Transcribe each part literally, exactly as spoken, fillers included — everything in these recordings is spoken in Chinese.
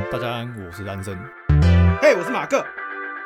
大家安，我是安生。 嘿、hey, 我是马克。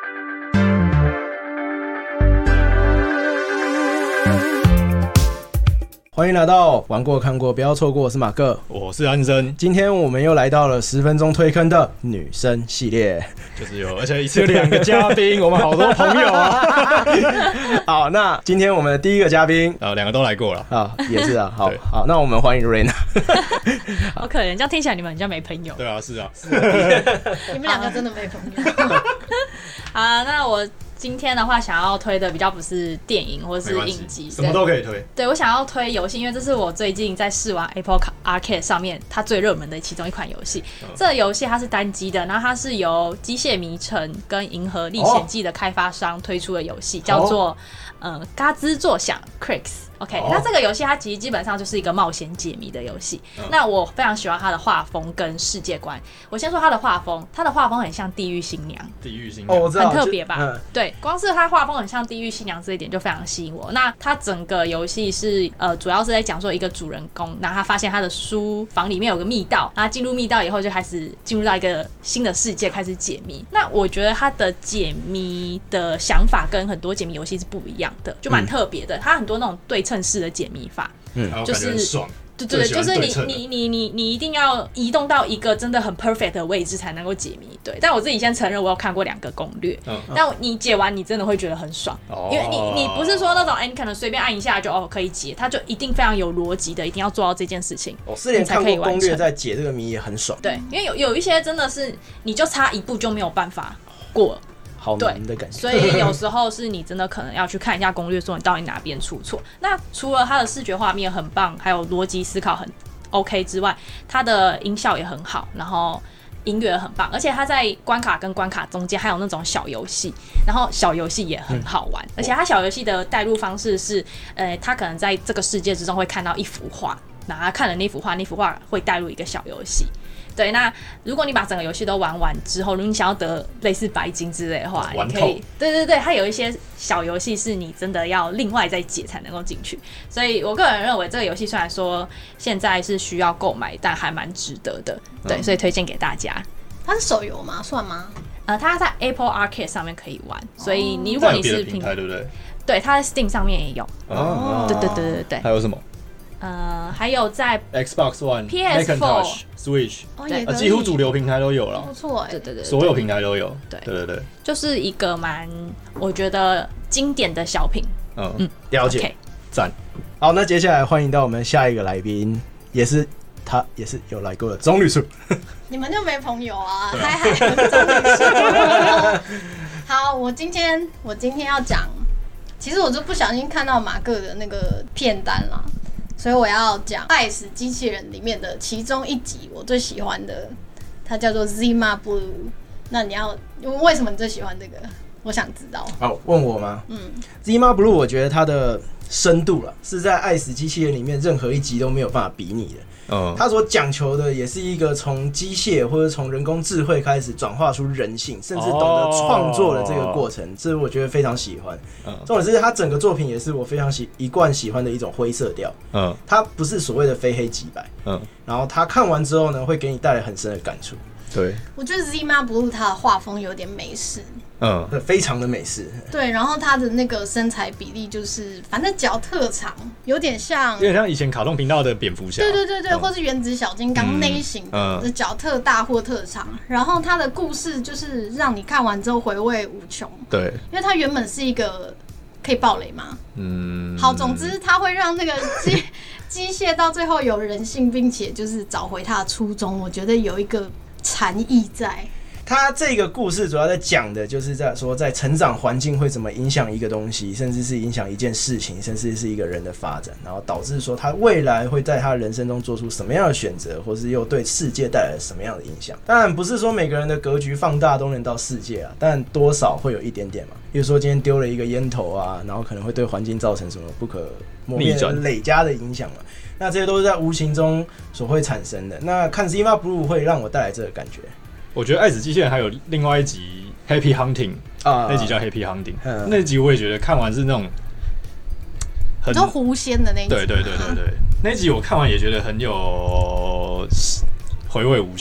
欢迎来到玩过看过不要错过，我是马克， 我是安生。 今天我们又来到了十分钟推坑的女生系列， 就是有，而且一次有两个嘉宾，我们好多朋友啊。 好，那今天我们的第一个嘉宾， 啊，两个都来过了， 啊，也是啊，好好，那我们欢迎 Raina。 好可怜，这样听起来你们很像没朋友。 对啊，是啊， 你们两个真的没朋友。 好，那我今天的话，想要推的比较不是电影或是影集， 什么都可以推。 对，我想要推游戏，因为这是我最近在试玩 Apple Arcade 上面它最热门的其中一款游戏。嗯、这个游戏它是单机的，然后它是由机械迷城跟银河历险记的开发商推出的游戏，哦、叫做呃嘎吱作响 Crix。OK，、哦、那这个游戏它其实基本上就是一个冒险解谜的游戏。嗯、那我非常喜欢它的画风跟世界观。我先说它的画风，它的画风很像《地狱新娘》。 地狱新娘， 哦，我知道， 很特别吧？嗯、对，光是它画风很像《地狱新娘》这一点就非常吸引我。那它整个游戏是呃，主要是在讲说一个主人公，然后他发现他的书房里面有个密道，然后进入密道以后就开始进入到一个新的世界，开始解谜。那我觉得它的解谜的想法跟很多解谜游戏是不一样的，就蛮特别的。它、嗯、很多那种对称式的解谜法， 嗯，就是很爽。 对对对，就是你你你你你一定要移动到一个真的很 perfect 的位置才能够解谜。对，但我自己先承认，我有看过两个攻略，嗯、但你解完你真的会觉得很爽，哦、因为你你不是说那种哎、欸，你可能随便按一下就哦可以解，它就一定非常有逻辑的，一定要做到这件事情。 我、哦、是连看过攻略在解这个谜也很爽。 对，因为有有一些真的是你就差一步就没有办法过。 好难的感觉， 所以有时候是你真的可能要去看一下攻略，说你到底哪边出错。那除了它的视觉画面很棒，还有逻辑思考很 OK 之外，它的音效也很好，然后音乐很棒，而且它在关卡跟关卡中间还有那种小游戏，然后小游戏也很好玩，嗯、而且它小游戏的带入方式是，呃，他可能在这个世界之中会看到一幅画，然后他看了那幅画，那幅画会带入一个小游戏。对，那如果你把整个游戏都玩完之后，如果你想要得类似白金之类的话，你可以，对对对，它有一些小游戏是你真的要另外再解才能够进去。所以我个人认为这个游戏虽然说现在是需要购买，但还蛮值得的。对，嗯、所以推荐给大家。 它是手游吗？算吗？ 呃，它在 Apple Arcade 上面可以玩，所以你如果你是平台，对不对？ 对，它在 Steam 上面也有。哦，对对对对对。 还有什么？ 呃，还有在 Xbox One、P S 四、Switch， 哦，也可以、啊，几乎主流平台都有了， 不错哎， 对对对， 所有平台都有， 对对对对， 就是一个蛮我觉得经典的小品， 嗯嗯，了解， 赞、 okay。好，那接下来欢迎到我们下一个来宾，也是他也是有来过的钟律师， 你们就没朋友啊？嗨嗨，钟律师。好，我今天我今天要讲，其实我就不小心看到马克的那个片单了。所以我要讲《爱死机器人》里面的其中一集，我最喜欢的，它叫做 Zima Blue。那你要为什么你最喜欢这个？我想知道。 好，问我吗？嗯 ，Zima Blue， 我觉得它的深度啦，是在《爱死机器人》里面任何一集都没有办法比拟的。嗯，他所讲求的也是一个从机械或者从人工智慧开始转化出人性，甚至懂得创作的这个过程，这、哦、我觉得非常喜欢。嗯，重点是他整个作品也是我非常喜一贯喜欢的一种灰色调。嗯，它不是所谓的非黑即白。嗯，然后他看完之后呢，会给你带来很深的感触。 对， 我觉得 Zima Blue 它的画风有点美式， 嗯，非常的美式。 对，然后它的那个身材比例就是，反正脚特长，有点像， 有点像以前卡通频道的蝙蝠侠， 对对对对，嗯、或是原子小金刚那一型的脚特大或特长。嗯、然后它的故事就是让你看完之后回味无穷。 对， 因为它原本是一个可以爆雷吗？嗯，好，总之它会让那个机机械到最后有人性，并且就是找回它的初衷。我觉得有一个禅意在。 他这个故事主要在讲的就是在说，在成长环境会怎么影响一个东西，甚至是影响一件事情，甚至是一个人的发展，然后导致说他未来会在他人生中做出什么样的选择，或是又对世界带来什么样的影响。当然不是说每个人的格局放大都能到世界啊，但多少会有一点点嘛。比如说今天丢了一个烟头啊，然后可能会对环境造成什么不可磨灭的累加的影响嘛。那这些都是在无形中所会产生的。那看 Zima Blue 会让我带来这个感觉。 我觉得《爱死机器人》还有另外一集 Happy Hunting，、uh, 那集叫 Happy Hunting，、uh, 那集我也觉得看完是那种很都狐仙的那一集， 对对对对对，那集我看完也觉得很有回味无穷。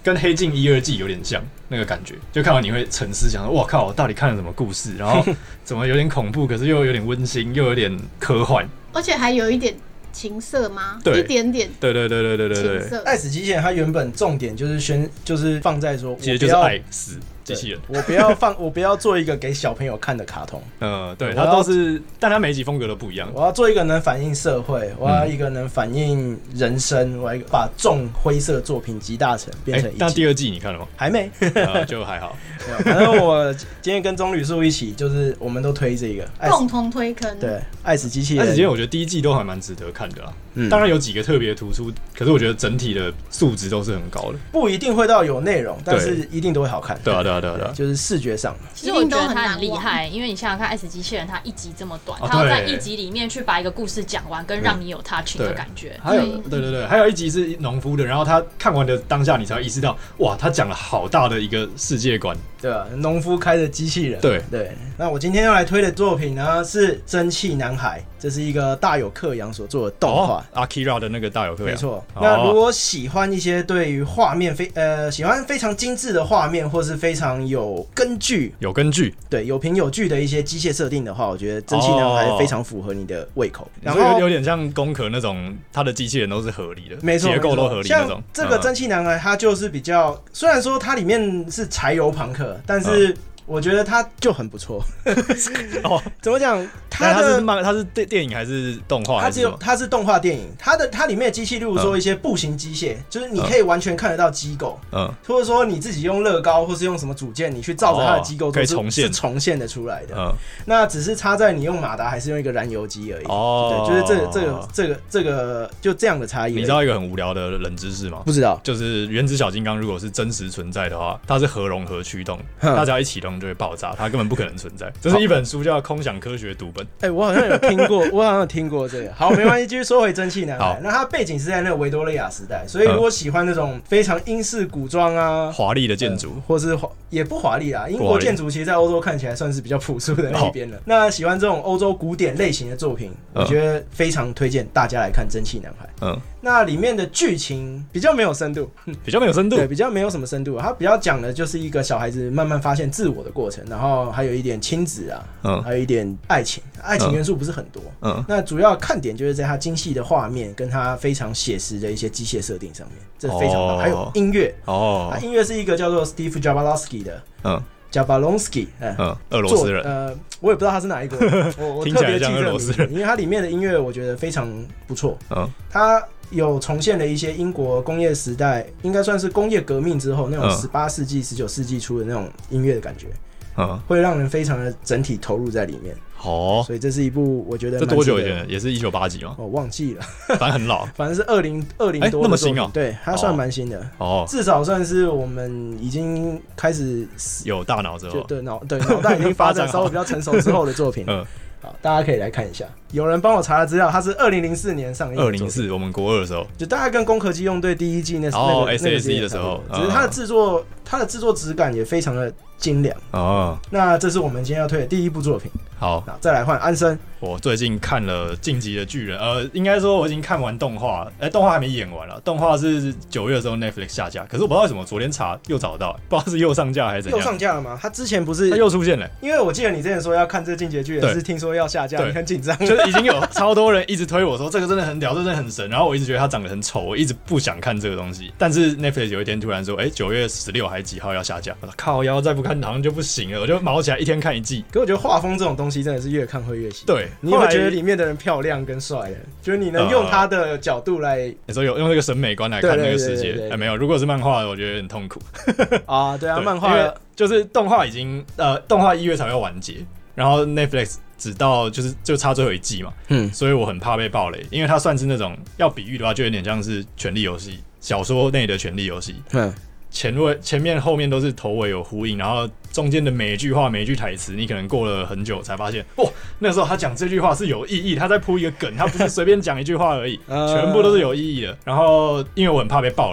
跟黑镜一二季有点像那个感觉，就看完你会沉思，想说哇靠，我到底看了什么故事？然后怎么有点恐怖，可是又有点温馨，又有点科幻， 而且还有一点情色吗？ 对， 一点点。 对对对对对对对。 《爱死机器人》它原本重点就是宣，就是放在说， 其实就是爱死机器人。 我不要放，我不要做一个给小朋友看的卡通。 嗯，对，它都是，但它每一集风格都不一样。 我要做一个能反映社会，我要一个能反映人生，我要把重灰色作品集大成变成一集。 但第二季你看了吗？ 还没， 呃、就还好。 反正我今天跟棕榈树一起，就是我们都推这个， 共同推坑。 对，爱死机器人。 爱死机器人，我觉得第一季都还蛮值得看的啦。嗯，当然有几个特别突出，可是我觉得整体的素质都是很高的。 不一定会到有内容，但是一定都会好看。 对啊，对啊，对啊，对啊， 就是视觉上。 其实我觉得他很厉害，因为你想想看，《爱死机器人》它一集这么短，他要在一集里面去把一个故事讲完，跟让你有 touching 的感觉。 还有，对对对，还有一集是农夫的，然后他看完的当下，你才会意识到，哇，他讲了好大的一个世界观。 对啊，农夫开的机器人。 对对。那我今天要来推的作品呢是《蒸汽男孩》，这是一个大有克洋所做的动画。 哦、Akira 的那个大有克洋。 没错。那如果喜欢一些对于画面非呃喜欢非常精致的画面，或是非常有根据、 有根据， 对有凭有据的一些机械设定的话，我觉得《蒸汽男孩》非常符合你的胃口。 然后有点像攻壳那种，它的机器人都是合理的， 没错， 结构都合理那种。 像这个《蒸汽男孩》，它就是比较，虽然说它里面是柴油朋克，但是、嗯我觉得它就很不错。哦，怎么讲？它的它是漫，它是电电影还是动画？ 它只有它是动画电影。它的它里面的机器，例如说一些步行机械，嗯、就是你可以完全看得到机构，嗯，或者说你自己用乐高或是用什么组件，你去照着它的机构做， 可以重现， 是重现的出来的。嗯，那只是差在你用马达还是用一个燃油机而已。哦，对，就是这个这个这个这个就这样的差异。 你知道一个很无聊的冷知识吗？ 不知道， 就是原子小金刚如果是真实存在的话，它是核融合驱动，它只要一启动就会爆炸，它根本不可能存在。这是一本书叫《空想科学读本》。 哎、欸，我好像有听过，我好像有听过这个。好，没关系，继续说回蒸汽男孩。那它背景是在那个维多利亚时代，所以如果喜欢那种非常英式古装啊、 华丽的建筑、 呃，或是也不华丽啦，英国建筑其实在欧洲看起来算是比较朴素的那一边了。那喜欢这种欧洲古典类型的作品，我觉得非常推荐大家来看《蒸汽男孩》。嗯。那里面的剧情比较没有深度， 比较没有深度， 对，比较没有什么深度。它比较讲的就是一个小孩子慢慢发现自我的过程，然后还有一点亲子啊，嗯，还有一点爱情，爱情元素不是很多，嗯，那主要看点就是在它精细的画面跟它非常写实的一些机械设定上面，这非常棒。哦、还有音乐，哦，它音乐是一一个叫做 Steve Jablonsky 的，嗯。Jablonsky， 嗯， 俄罗斯人， 呃，我也不知道他是哪一国人，我我特别记这个名字，因为它里面的音乐我觉得非常不错，嗯，它有重现了一些英国工业时代，应该算是工业革命之后那种十八世纪、十九世纪初的那种音乐的感觉，嗯，会让人非常的整体投入在里面。哦，所以这是一部我觉得这多久以前？也是一九八几吗？ 我、哦、忘记了， 反正很老， 反正是二零二零多的、欸、 那么新哦、喔。 对，它算蛮新的哦，至少算是我们已经开始有大脑之后， 对脑对脑袋已经发展稍微比较成熟之后的作品。嗯，好，大家可以来看一下。有人帮我查了资料，它是二零零四年上映的。 二零零四，我们国二的时候， 就大概跟《攻壳机动队》第一季那哦、 那个 S A C 的时候， 只是它的制作，它的制作质感也非常的精良哦。那这是我们今天要推的第一部作品。 好， 那再来换安生。 我最近看了《进击的巨人》，呃，应该说我已经看完动画，哎、欸，动画还没演完了。动画是九月的时候 Netflix 下架，可是我不知道为什么，昨天查又找到，不知道是又上架还是怎样。 又上架了吗？他之前不是？ 他又出现了。 因为我记得你之前说要看这《进击的巨人》，是听说要下架，你很紧张。 就是已经有超多人一直推我说这个真的很屌，这真的很神，然后我一直觉得他长得很丑，我一直不想看这个东西。但是 Netflix 有一天突然说，哎、欸，九月十六还几号要下架？我说靠腰，再不看好像就不行了，我就毛起来一天看一季。 可我觉得画风这种东西真的是越看会越喜。 对， 你会觉得里面的人漂亮跟帅的，就是你能用他的角度来，呃、 你说有用那个审美观来看那个世界，哎，没有。如果是漫画，我觉得很痛苦。 啊，对啊，漫画就是动画已经呃，动画一月才要完结，然后 Netflix 只到就是就差最后一季嘛，嗯，所以我很怕被爆雷，因为它算是那种要比喻的话，就有点像是《权力游戏》小说内的《权力游戏》，嗯。前尾前面后面都是头尾有呼应，然后中间的每一句话每一句台词，你可能过了很久才发现，哇，那时候他讲这句话是有意义，他在铺一个梗，他不是随便讲一句话而已，全部都是有意义的。然后因为我很怕被爆雷，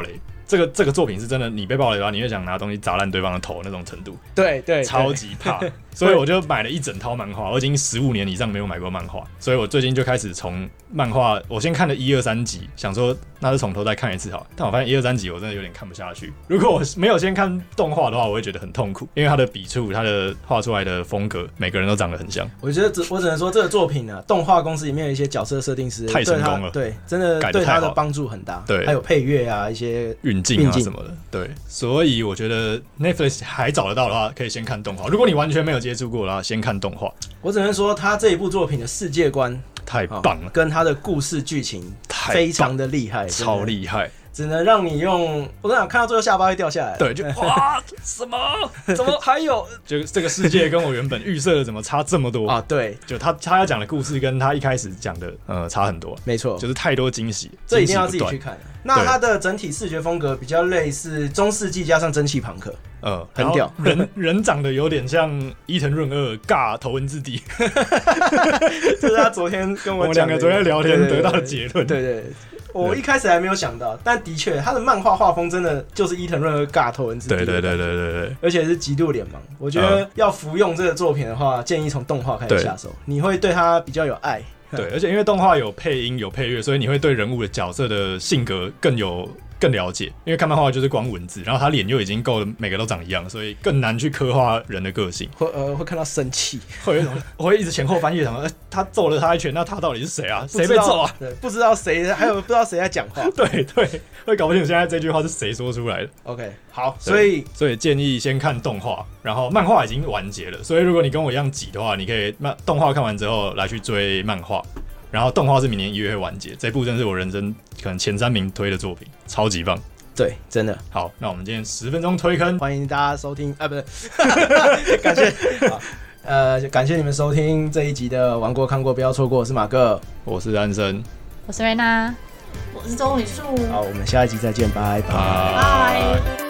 这个这个作品是真的，你被暴雷的话，你会想拿东西砸烂对方的头那种程度， 对对， 超级怕。所以我就买了一整套漫画，我已经十五年以上没有买过漫画，所以我最近就开始从漫画，我先看了一二三集，想说那就从头再看一次好，但我发现一二三集我真的有点看不下去。如果我没有先看动画的话，我会觉得很痛苦，因为它的笔触、它的画出来的风格，每个人都长得很像。 我觉得只我只能说这个作品啊，动画公司里面的一些角色设定师太成功了， 对，真的对他的帮助很大。 对， 还有配乐啊，一些运镜啊什么的。对，所以我觉得 Netflix 还找得到的话，可以先看动画。如果你完全没有接触过的话，先看动画。 我只能说，他这一部作品的世界观太棒了， 哦、跟他的故事剧情非常的厉害， 超厉害。 只能让你用，我都想看到最后下巴会掉下来。 对，就哇，什么？怎么还有？就这个世界跟我原本预设的怎么差这么多啊？对， 就他他要讲的故事跟他一开始讲的呃差很多。 没错， 就是太多惊喜， 这一定要自己去看。那它的整体视觉风格比较类似中世纪加上蒸汽朋克， 呃， 很屌。 人人长得有点像伊藤润二尬头文字 D， 这是他昨天跟我讲的， 我们两个昨天聊天得到的结论。 对 对, 對。我一开始还没有想到，但的确，他的漫画画风真的就是伊藤润二尬头文字 D， 对对对对对对， 而且是极度脸盲。我觉得要服用这个作品的话，建议从动画开始下手，你会对他比较有爱。 对，而且因为动画有配音有配乐，所以你会对人物的角色的性格更有更了解。因为看漫画就是光文字，然后他脸又已经够了，每个都长一样，所以更难去刻画人的个性。 会呃会看到生气， 会有一种我会一直前后翻页，想说、呃、他揍了他一拳，那他到底是谁啊？谁被揍啊？ 对，不知道谁，还有不知道谁在讲话。 对对，会搞不清楚现在这句话是谁说出来的。 OK， 好，所以所以建议先看动画，然后漫画已经完结了，所以如果你跟我一样挤的话，你可以漫动画看完之后来去追漫画。然后动画是明年一月会完结，这部真是我人生可能前三名推的作品，超级棒。 对，真的好。那我们今天十分钟推坑， 欢迎大家收听啊，不是，感谢，呃，感谢你们收听这一集的玩过看过不要错过，我是马各， 我是安生， 我是瑞娜， 我是周礼树。 好，我们下一集再见，拜拜。 拜。